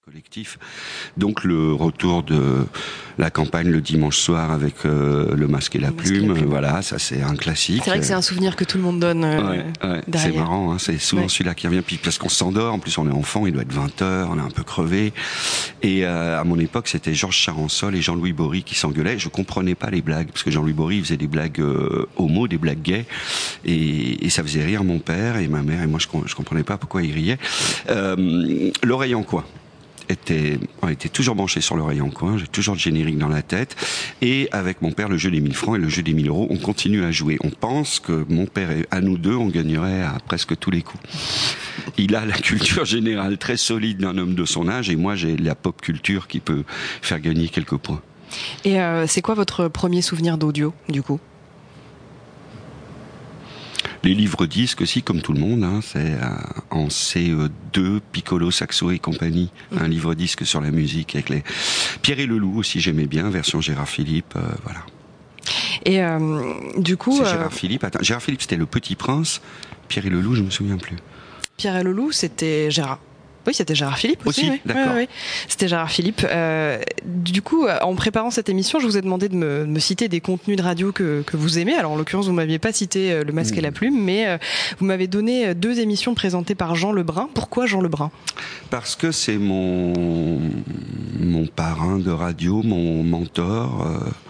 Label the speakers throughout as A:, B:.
A: Collectif. Donc le retour de la campagne le dimanche soir avec le masque et la plume, voilà, ça c'est un classique.
B: C'est vrai que c'est un souvenir que tout le monde donne derrière.
A: C'est marrant, hein, c'est souvent celui-là qui revient, puis parce qu'on s'endort, en plus on est enfant, il doit être 20h, on est un peu crevé. Et à mon époque, c'était Georges Charansol et Jean-Louis Bory qui s'engueulaient. Je comprenais pas les blagues, parce que Jean-Louis Bory il faisait des blagues homo, des blagues gays, et ça faisait rire mon père et ma mère, et moi je comprenais pas pourquoi ils riaient. L'oreille en coin. On était toujours branchés sur l'oreille en coin, j'ai toujours le générique dans la tête, et avec mon père, le jeu des 1000 francs et le jeu des 1000 euros, on continue à jouer. On pense que mon père et à nous deux, on gagnerait à presque tous les coups. Il a la culture générale très solide d'un homme de son âge, et moi j'ai la pop culture qui peut faire gagner quelques points.
B: Et c'est quoi votre premier souvenir d'audio, du coup ?
A: Les livres-disques aussi, comme tout le monde, hein, c'est en CE2, Piccolo, Saxo et compagnie, un livre-disque sur la musique avec les Pierre et le Loup aussi, j'aimais bien, version Gérard Philippe, voilà.
B: Et du coup,
A: c'est Gérard Philippe. Attends, Gérard Philippe, c'était Le Petit Prince. Pierre et le Loup, je me souviens plus.
B: Pierre et le Loup, c'était Gérard. Oui, c'était Gérard Philippe aussi. Oui.
A: D'accord.
B: Oui. C'était Gérard Philippe. Du coup, en préparant cette émission, je vous ai demandé de me citer des contenus de radio que vous aimez. Alors, en l'occurrence, vous m'aviez pas cité Le Masque et la Plume, mais vous m'avez donné 2 émissions présentées par Jean Lebrun. Pourquoi Jean Lebrun ?
A: Parce que c'est mon parrain de radio, mon mentor.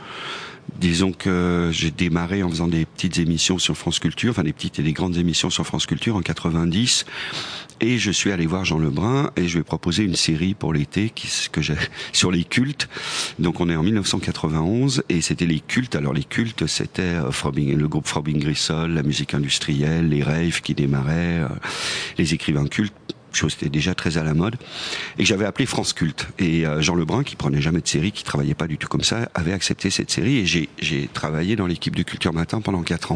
A: Disons que j'ai démarré en faisant des petites émissions sur France Culture, enfin des petites et des grandes émissions sur France Culture en 90, et je suis allé voir Jean Lebrun et je lui ai proposé une série pour l'été sur les cultes. Donc on est en 1991 et c'était les cultes. Alors les cultes, c'était le groupe Frobing-Grissol, la musique industrielle, les raves qui démarraient, les écrivains cultes. Chose qui était déjà très à la mode, et que j'avais appelé France Culte. Et Jean Lebrun, qui prenait jamais de série, qui travaillait pas du tout comme ça, avait accepté cette série, et j'ai travaillé dans l'équipe de Culture Matin pendant 4 ans.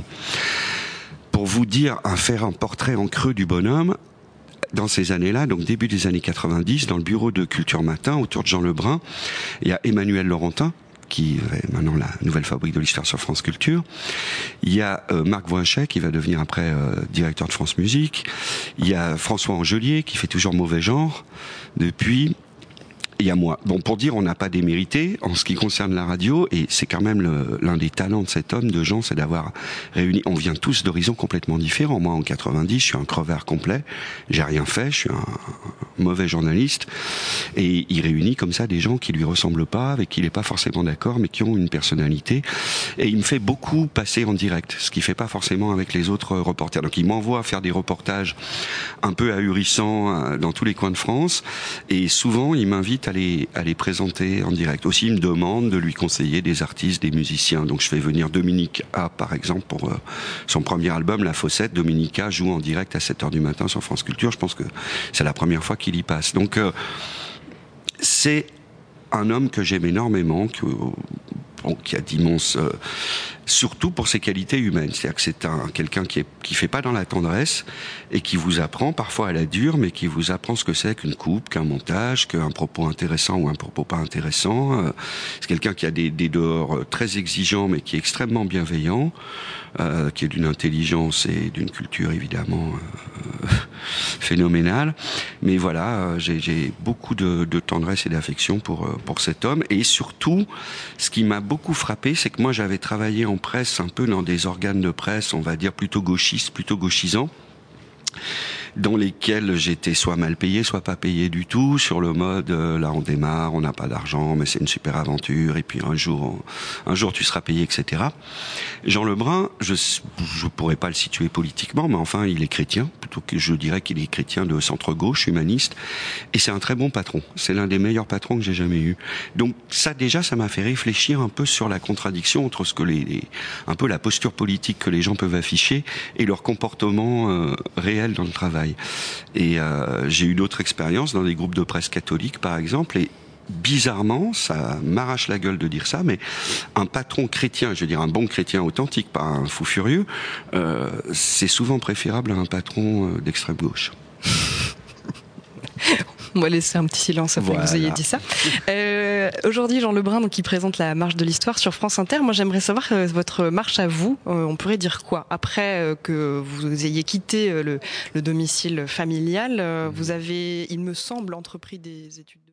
A: Pour vous dire, faire un portrait en creux du bonhomme, dans ces années-là, donc début des années 90, dans le bureau de Culture Matin, autour de Jean Lebrun, il y a Emmanuel Laurentin, qui est maintenant la nouvelle fabrique de l'histoire sur France Culture. Il y a Marc Voinchet, qui va devenir après directeur de France Musique. Il y a François Angelier, qui fait toujours Mauvais Genre depuis. Il y a moi. Bon, pour dire, on n'a pas démérité en ce qui concerne la radio, et c'est quand même l'un des talents de cet homme, de Jean, c'est d'avoir réuni. On vient tous d'horizons complètement différents. Moi, en 90, je suis un crevard complet. J'ai rien fait. Je suis un mauvais journaliste. Et il réunit comme ça des gens qui lui ressemblent pas, avec qui il est pas forcément d'accord, mais qui ont une personnalité. Et il me fait beaucoup passer en direct, ce qu'il fait pas forcément avec les autres reporters. Donc, il m'envoie faire des reportages un peu ahurissants dans tous les coins de France. Et souvent, il m'invite à les présenter en direct. Aussi, il me demande de lui conseiller des artistes, des musiciens. Donc, je fais venir Dominique A, par exemple, pour son premier album, La Fossette. Dominique A joue en direct à 7h du matin sur France Culture. Je pense que c'est la première fois qu'il y passe. Donc, c'est un homme que j'aime énormément, qui a d'immenses... surtout pour ses qualités humaines. C'est-à-dire que c'est quelqu'un qui fait pas dans la tendresse et qui vous apprend, parfois à la dure, mais qui vous apprend ce que c'est qu'une coupe, qu'un montage, qu'un propos intéressant ou un propos pas intéressant. C'est quelqu'un qui a des dehors très exigeants, mais qui est extrêmement bienveillant, qui est d'une intelligence et d'une culture évidemment phénoménale. Mais voilà, j'ai beaucoup de tendresse et d'affection pour cet homme. Et surtout, ce qui m'a beaucoup frappé, c'est que moi j'avais travaillé en presse, un peu dans des organes de presse, on va dire plutôt gauchistes, plutôt gauchisants, dans lesquels j'étais soit mal payé, soit pas payé du tout, sur le mode là on démarre, on n'a pas d'argent, mais c'est une super aventure, et puis un jour tu seras payé, etc. Jean Lebrun, je pourrais pas le situer politiquement, mais enfin il est chrétien, plutôt que je dirais qu'il est chrétien de centre-gauche, humaniste, et c'est un très bon patron. C'est l'un des meilleurs patrons que j'ai jamais eu. Donc ça déjà, ça m'a fait réfléchir un peu sur la contradiction entre ce que un peu la posture politique que les gens peuvent afficher et leur comportement réel dans le travail. Et j'ai eu d'autres expériences dans des groupes de presse catholiques, par exemple, et bizarrement, ça m'arrache la gueule de dire ça, mais un patron chrétien, je veux dire un bon chrétien authentique, pas un fou furieux, c'est souvent préférable à un patron d'extrême gauche.
B: On va laisser un petit silence après que vous ayez dit ça. Aujourd'hui, Jean Lebrun, donc, qui présente la marche de l'histoire sur France Inter. Moi, j'aimerais savoir votre marche à vous. On pourrait dire quoi? Après que vous ayez quitté le domicile familial, vous avez, il me semble, entrepris des études de...